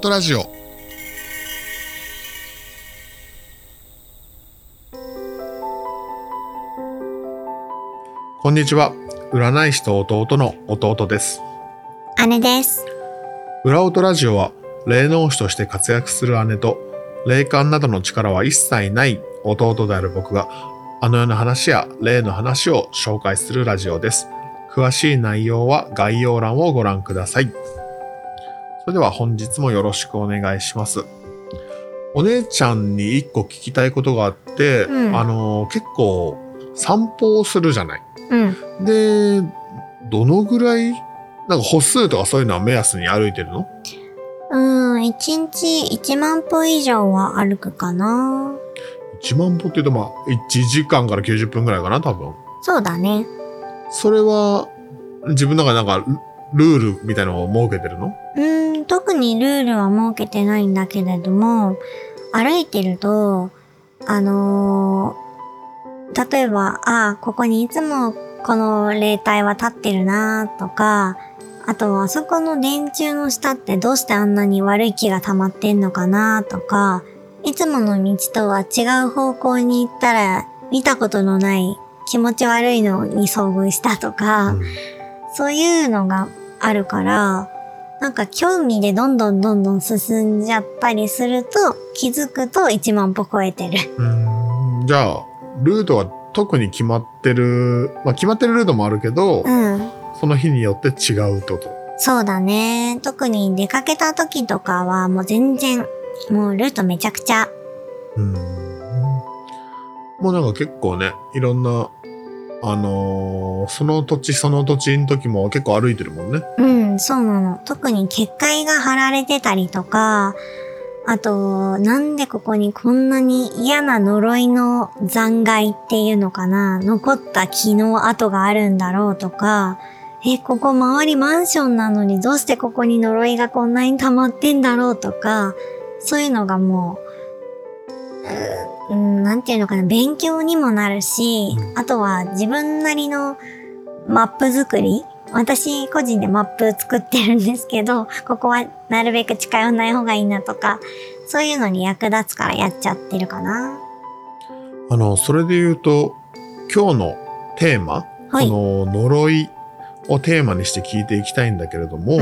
トラジオ。こんにちは。占い師と弟の弟です。 姉です。 裏音ラジオは霊能師として活躍する姉と霊感などの力は一切ない弟である僕があの世の話や霊の話を紹介するラジオです。詳しい内容は概要欄をご覧ください。それでは本日もよろしくお願いします。お姉ちゃんに一個聞きたいことがあって、結構散歩をするじゃない。で、どのぐらいなんか歩数とかそういうのは目安に歩いてるの ？1日1万歩以上は歩くかな。 1万歩って言うと1時間から90分ぐらいかな、多分。 そうだね。 それは自分の中でなんかルールみたいなのを設けてるの？ 特にルールは設けてないんだけれども、歩いてると、例えば、ここにいつもこの霊体は立ってるなとか、あとはあそこの電柱の下ってどうしてあんなに悪い気が溜まってんのかなとか、いつもの道とは違う方向に行ったら見たことのない気持ち悪いのに遭遇したとか、そういうのがあるから、なんか興味でどんどん進んじゃったりすると気づくと1万歩超えてる。 じゃあルートは特に決まってる、決まってるルートもあるけど、その日によって違うってこと？ そうだね。特に出かけた時とかはもう全然もうルートめちゃくちゃ。 もうなんか結構ね、いろんなその土地の時も結構歩いてるもんね。 そうなの。特に結界が張られてたりとか、あと、なんでここにこんなに嫌な呪いの残骸っていうのかな、残った木の跡があるんだろうとか、ここ周りマンションなのにどうしてここに呪いがこんなに溜まってんだろうとか、そういうのがもう、なんていうのかな、勉強にもなるし、あとは自分なりのマップ作り、私個人でマップ作ってるんですけど、ここはなるべく近寄んない方がいいなとか、そういうのに役立つからやっちゃってるかな。 それで言うと、今日のテーマ、この呪いをテーマにして聞いていきたいんだけれども、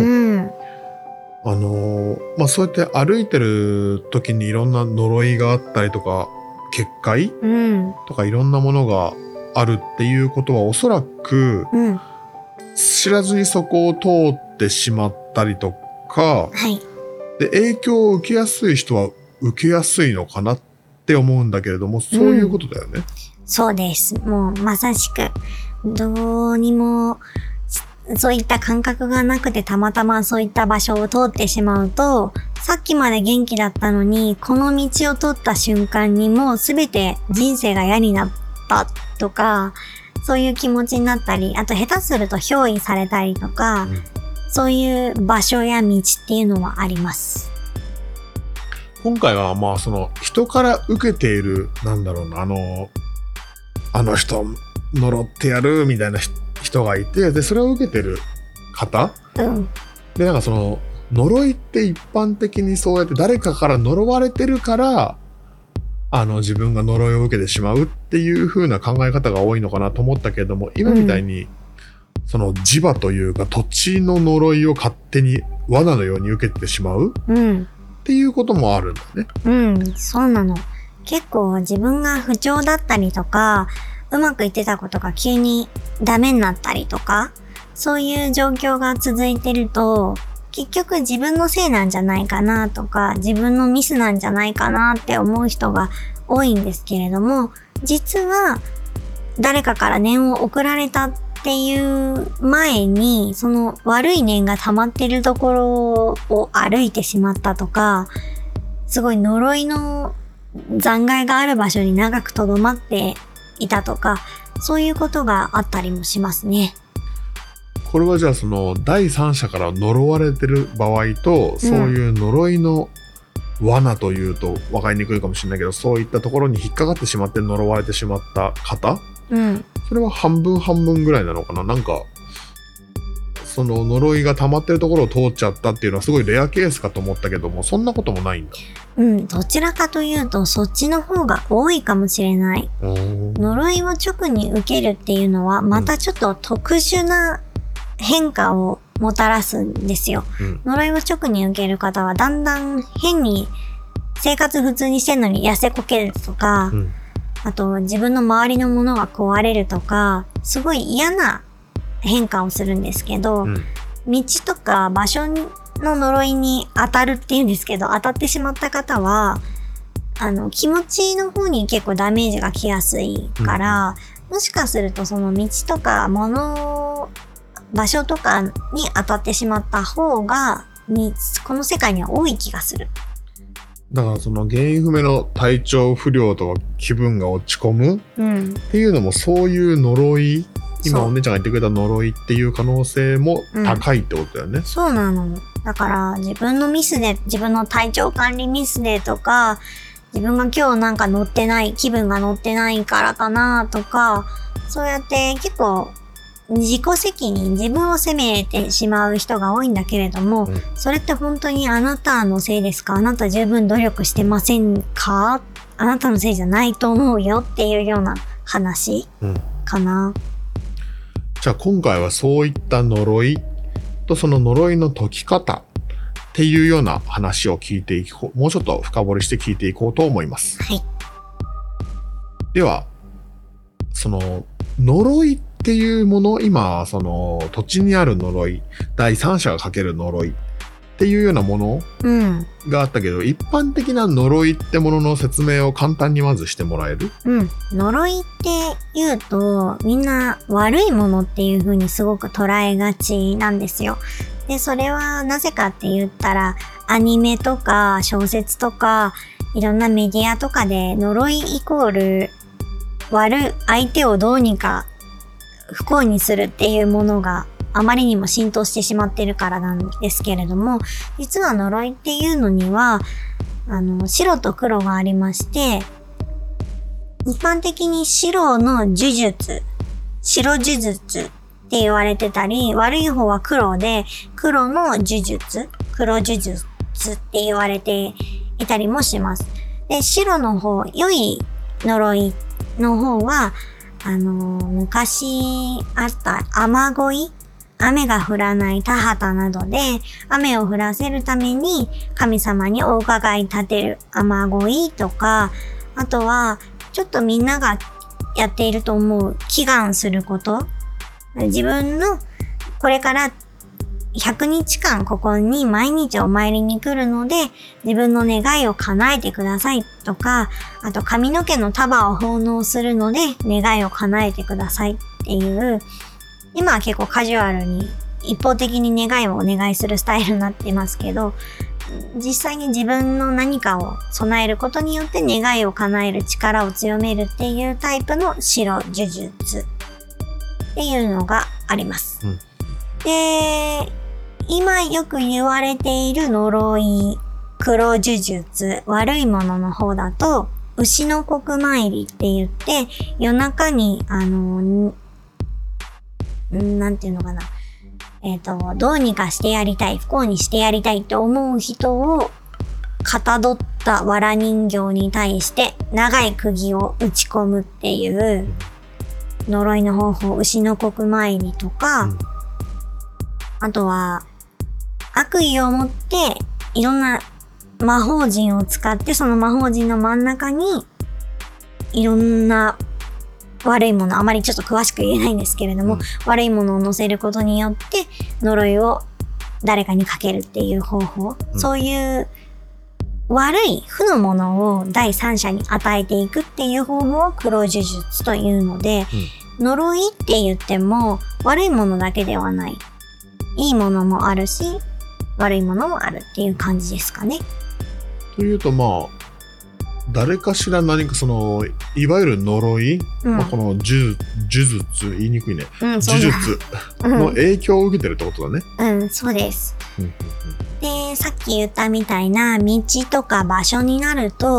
そうやって歩いてる時にいろんな呪いがあったりとか、結界、とかいろんなものがあるっていうことはおそらく、知らずにそこを通ってしまったりとか、で影響を受けやすい人は受けやすいのかなって思うんだけれども、そういうことだよね。 そうです。もうまさしくどうにもそういった感覚がなくてたまたまそういった場所を通ってしまうと、さっきまで元気だったのにこの道を通った瞬間にもうすべて人生が嫌になったとか、そういう気持ちになったり、あと下手すると憑依されたりとか、そういう場所や道っていうのはあります。 今回はその人から受けている、なんだろうな、あの人呪ってやるみたいな人がいて、でそれを受けてる方、でなんかその呪いって一般的にそうやって誰かから呪われてるから自分が呪いを受けてしまうっていう風な考え方が多いのかなと思ったけれども、今みたいに、その磁場というか土地の呪いを勝手に罠のように受けてしまう、っていうこともあるんだね。 そうなの。結構自分が不調だったりとか、うまくいってたことが急にダメになったりとか、そういう状況が続いてると、結局自分のせいなんじゃないかなとか、自分のミスなんじゃないかなって思う人が多いんですけれども、実は誰かから念を送られたっていう前に、その悪い念が溜まってるところを歩いてしまったとか、すごい呪いの残骸がある場所に長く留まっていたとか、そういうことがあったりもしますね。 これはじゃあその第三者から呪われてる場合と、そういう呪いの罠というと分かりにくいかもしれないけど、そういったところに引っかかってしまって呪われてしまった方、それは半分半分ぐらいなのかな。なんかその呪いが溜まってるところを通っちゃったっていうのはすごいレアケースかと思ったけども、そんなこともないんだ。 どちらかというとそっちの方が多いかもしれない。呪いを直に受けるっていうのはまたちょっと特殊な変化をもたらすんですよ。呪いを直に受ける方はだんだん変に生活普通にしてんのに痩せこけるとか、あと自分の周りのものが壊れるとか、すごい嫌な変化をするんですけど、道とか場所の呪いに当たるっていうんですけど、当たってしまった方は気持ちの方に結構ダメージがきやすいから、もしかするとその道とか場所とかに当たってしまった方がこの世界には多い気がする。 だからその原因不明の体調不良とか気分が落ち込むっていうのも、そういう呪い、今お姉ちゃんが言ってくれた呪いっていう可能性も高いってことだよね。 そうなの。だから自分のミスで、自分の体調管理ミスでとか、自分が今日なんか乗ってない、気分が乗ってないからかなとか、そうやって結構自己責任、自分を責めてしまう人が多いんだけれども、それって本当にあなたのせいですか？あなた十分努力してませんか？あなたのせいじゃないと思うよっていうような話かな。 じゃあ今回はそういった呪いとその呪いの解き方っていうような話を聞いていこう。もうちょっと深掘りして聞いていこうと思います。 はい。 では、その呪いっていうもの、今その土地にある呪い、第三者がかける呪いっていうようなものがあったけど、一般的な呪いってものの説明を簡単にまずしてもらえる？ 呪いって言うとみんな悪いものっていう風にすごく捉えがちなんですよ。で、それはなぜかって言ったら、アニメとか小説とかいろんなメディアとかで呪いイコール相手をどうにか不幸にするっていうものがあまりにも浸透してしまっているからなんですけれども、実は呪いっていうのには白と黒がありまして、一般的に白の呪術、白呪術って言われてたり、悪い方は黒で黒の呪術、黒呪術って言われていたりもします。で、白の方、良い呪いの方は昔あった雨乞い、雨が降らない田畑などで雨を降らせるために神様にお伺い立てる雨乞いとか、あとはちょっとみんながやっていると思う祈願すること、自分のこれから100日間ここに毎日お参りに来るので自分の願いを叶えてくださいとか、あと髪の毛の束を奉納するので願いを叶えてくださいっていう、今は結構カジュアルに一方的に願いをお願いするスタイルになってますけど、実際に自分の何かを備えることによって願いを叶える力を強めるっていうタイプの白呪術っていうのがあります。で、今よく言われている呪い、黒呪術、悪いものの方だと、牛の国参りって言って、夜中に、なんていうのかな。どうにかしてやりたい、不幸にしてやりたいと思う人を、かたどった藁人形に対して長い釘を打ち込むっていう呪いの方法、牛の国参りとか、あとは、悪意を持っていろんな魔法陣を使って、その魔法陣の真ん中にいろんな悪いもの、あまりちょっと詳しく言えないんですけれども、悪いものを乗せることによって呪いを誰かにかけるっていう方法、そういう悪い負のものを第三者に与えていくっていう方法を黒呪術というので、呪いって言っても悪いものだけではない、いいものもあるし悪いものもあるっていう感じですかね。 というと、誰かしら何かそのいわゆる呪い、この呪術、言いにくいね、呪術の影響を受けてるってことだね。 そうです。で、さっき言ったみたいな道とか場所になると、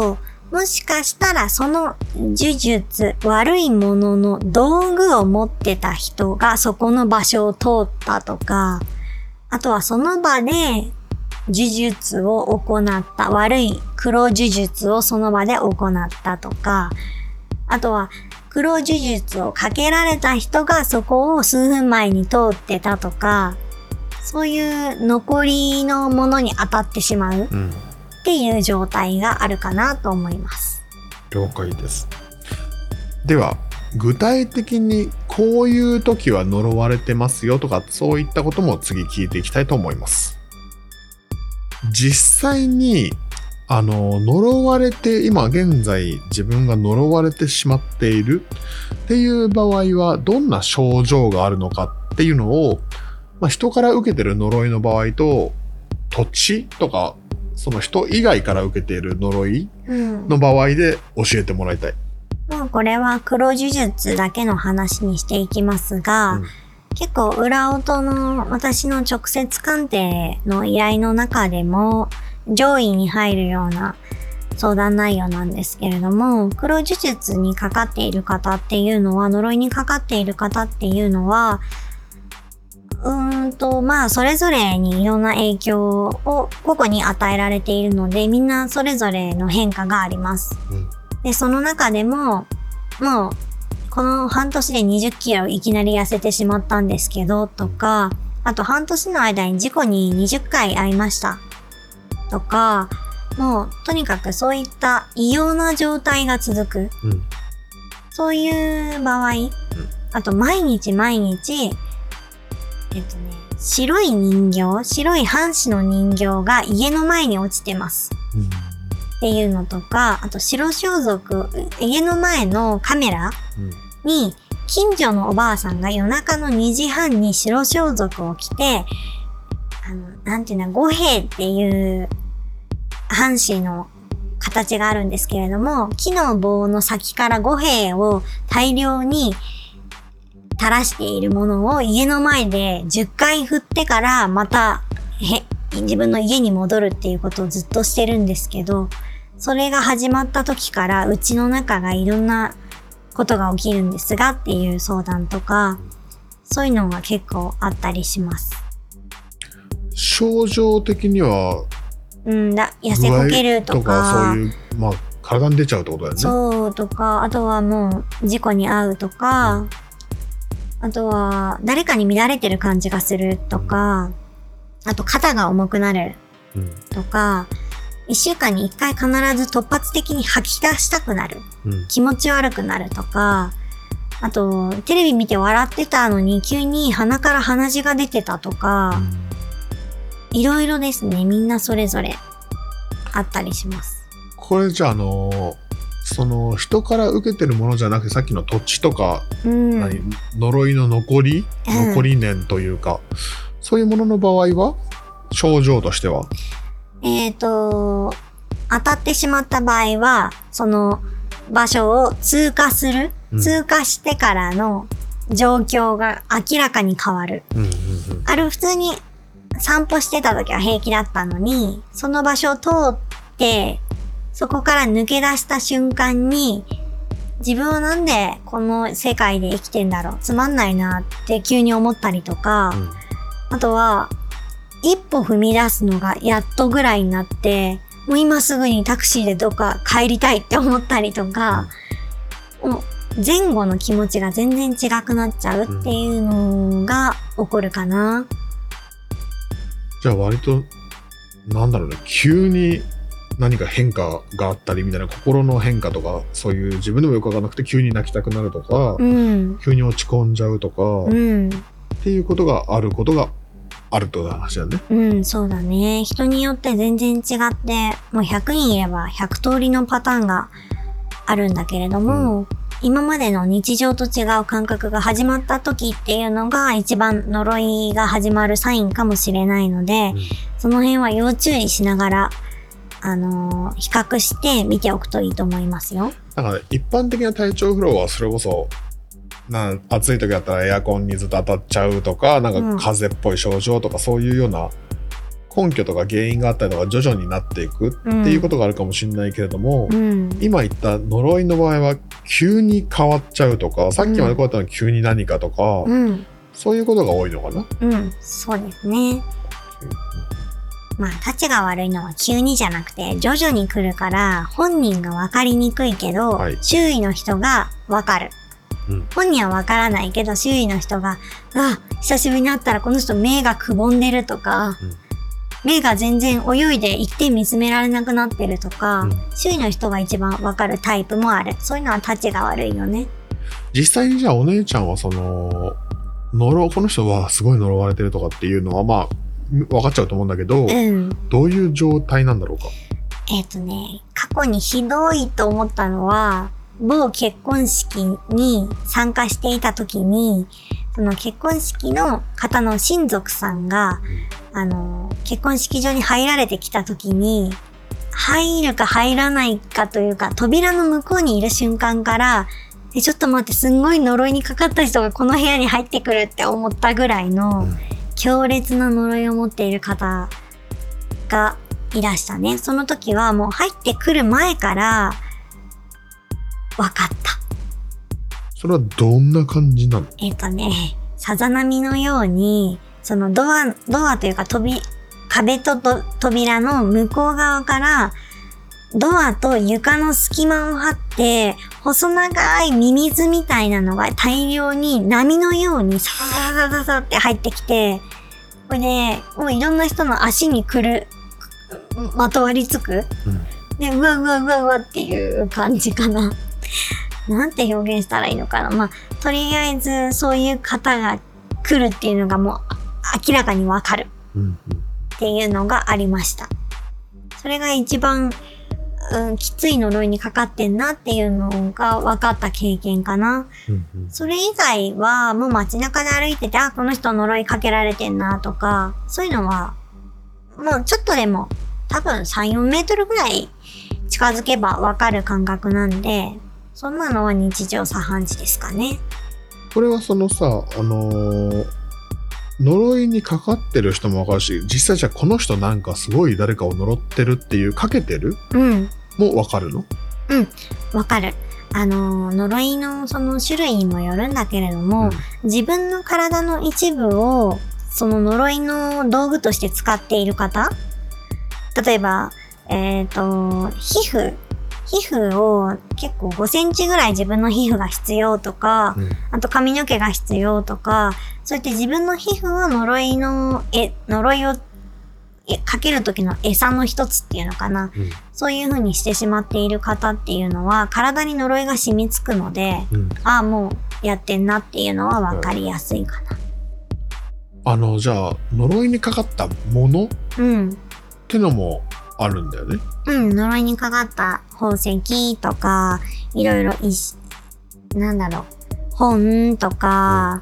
もしかしたらその呪術、悪いものの道具を持ってた人がそこの場所を通ったとか、あとはその場で呪術を行った、悪い黒呪術をその場で行ったとか、あとは黒呪術をかけられた人がそこを数分前に通ってたとか、そういう残りのものに当たってしまうっていう状態があるかなと思います。 了解です。では具体的にこういう時は呪われてますよとか、そういったことも次聞いていきたいと思います。実際に呪われて、今現在自分が呪われてしまっているっていう場合はどんな症状があるのかっていうのを、人から受けてる呪いの場合と土地とかその人以外から受けている呪いの場合で教えてもらいたい。 もうこれは黒呪術だけの話にしていきますが、結構裏音の私の直接鑑定の依頼の中でも上位に入るような相談内容なんですけれども、黒呪術にかかっている方っていうのは、呪いにかかっている方っていうのは、それぞれにいろんな影響を個々に与えられているので、みんなそれぞれの変化があります。で、その中でも、もう、この半年で20キロいきなり痩せてしまったんですけど、とか、あと半年の間に事故に20回遭いました。とか、もう、とにかくそういった異様な状態が続く。そういう場合、あと毎日、白い人形、白い半紙の人形が家の前に落ちてます。っていうのとか、あと白装束、家の前のカメラに近所のおばあさんが夜中の2時半に白装束を着て、五兵っていう半紙の形があるんですけれども、木の棒の先から五兵を大量に垂らしているものを家の前で10回振ってからまた自分の家に戻るっていうことをずっとしてるんですけど、それが始まった時からうちの中がいろんなことが起きるんですがっていう相談とか、そういうのが結構あったりします。 症状的には痩せこけるとかそういう、体に出ちゃうってことだよね。 そうとか、あとはもう事故に遭うとか、あとは誰かに乱れてる感じがするとか、あと肩が重くなるとか、1週間に1回必ず突発的に吐き出したくなる、気持ち悪くなるとか、あとテレビ見て笑ってたのに急に鼻から鼻血が出てたとか、いろいろですね。みんなそれぞれあったりします。 これじゃあその人から受けてるものじゃなくて、さっきの土地とか、呪いの残り念というか、そういうものの場合は症状としては当たってしまった場合はその場所を通過する、通過してからの状況が明らかに変わる。普通に散歩してた時は平気だったのに、その場所を通ってそこから抜け出した瞬間に、自分はなんでこの世界で生きてんだろう、つまんないなって急に思ったりとか、あとは一歩踏み出すのがやっとぐらいになって、もう今すぐにタクシーでどっか帰りたいって思ったりとか、もう前後の気持ちが全然違くなっちゃうっていうのが起こるかな。 じゃあ割と急に何か変化があったりみたいな、心の変化とか、そういう自分でもよくわかんなくて急に泣きたくなるとか、急に落ち込んじゃうとか、っていうことがあるってこと話だね。 そうだね。人によって全然違って、もう100人いれば100通りのパターンがあるんだけれども、今までの日常と違う感覚が始まった時っていうのが一番呪いが始まるサインかもしれないので、その辺は要注意しながら比較して見ておくといいと思いますよ。 だから一般的な体調不良はそれこそ暑い時だったらエアコンにずっと当たっちゃうとか、風邪っぽい症状とか、そういうような根拠とか原因があったりとか徐々になっていくっていうことがあるかもしれないけれども、今言った呪いの場合は急に変わっちゃうとか、さっきまでこうやったのに急に何かとか、そういうことが多いのかな。 そうですね。まあ、たちが悪いのは急にじゃなくて徐々に来るから本人が分かりにくいけど、周囲の人が分かる。本人は分からないけど周囲の人が、久しぶりに会ったらこの人目がくぼんでるとか、目が全然泳いで一点見つめられなくなってるとか、周囲の人が一番分かるタイプもある。そういうのはたちが悪いよね。 実際にじゃあお姉ちゃんはそのこの人はすごい呪われてるとかっていうのはまあ分かっちゃうと思うんだけど、どういう状態なんだろうか。 過去にひどいと思ったのは、某結婚式に参加していた時に、その結婚式の方の親族さんが、結婚式場に入られてきた時に、入るか入らないかというか、扉の向こうにいる瞬間から、ちょっと待って、すんごい呪いにかかった人がこの部屋に入ってくるって思ったぐらいの、強烈な呪いを持っている方がいらしたね。その時はもう入ってくる前から分かった。 それはどんな感じなの？ さざ波のように、そのドアというか壁と扉の向こう側からドアと床の隙間を張って細長いミミズみたいなのが大量に波のようにサササササって入ってきて、これでもういろんな人の足にまとわりつく、でうわっていう感じかな。なんて表現したらいいのかな。まあとりあえずそういう方が来るっていうのがもう明らかにわかるっていうのがありました。それが一番きつい呪いにかかってんなっていうのが分かった経験かな。それ以外はもう街中で歩いてて、この人呪いかけられてんなとか、そういうのはもうちょっとでも多分3、4メートルぐらい近づけば分かる感覚なんで、そんなのは日常茶飯事ですかね。 これはそのさ、呪いにかかってる人も分かるし、実際じゃあこの人なんかすごい誰かを呪ってるっていうかけてる、も分かるの？ 分かる。呪いのその種類にもよるんだけれども、自分の体の一部をその呪いの道具として使っている方、例えば、皮膚を結構5センチぐらい自分の皮膚が必要とか、あと髪の毛が必要とか、そうやって自分の皮膚を呪いをかける時の餌の一つっていうのかな、そういう風にしてしまっている方っていうのは体に呪いが染みつくので、もうやってんなっていうのは分かりやすいかな。 じゃあ呪いにかかったものってのもあるんだよね。 呪いにかかった宝石とか、いろいろ本とか、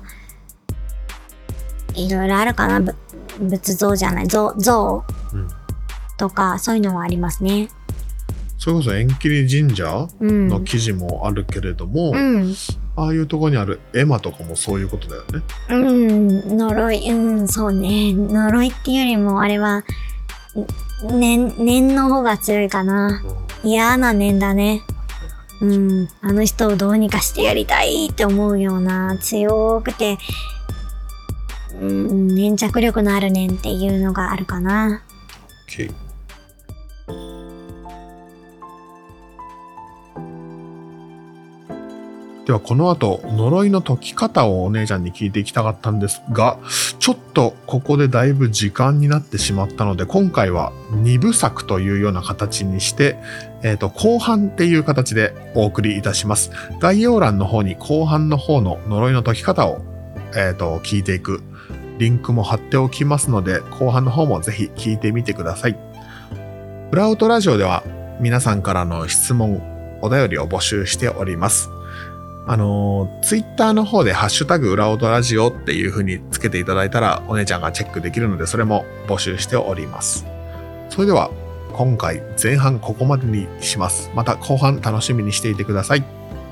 いろいろあるかな。仏像じゃない、像とか、そういうのはありますね。 それこそ縁切神社の記事もあるけれども、ああいうとこにある絵馬とかもそういうことだよね。 呪い、そうね。呪いっていうよりもあれは念の方が強いかな。嫌な念だね。あの人をどうにかしてやりたいって思うような強くて、粘着力のある念っていうのがあるかな。 Okay. ではこの後呪いの解き方をお姉ちゃんに聞いていきたかったんですが、ちょっとここでだいぶ時間になってしまったので、今回は2部作というような形にして、後半っていう形でお送りいたします。概要欄の方に後半の方の呪いの解き方を、聞いていくリンクも貼っておきますので、後半の方もぜひ聞いてみてください。裏音ラジオでは皆さんからの質問、お便りを募集しております。ツイッターの方でハッシュタグ裏音ラジオっていう風につけていただいたらお姉ちゃんがチェックできるので、それも募集しております。それでは今回前半ここまでにします。また後半楽しみにしていてください。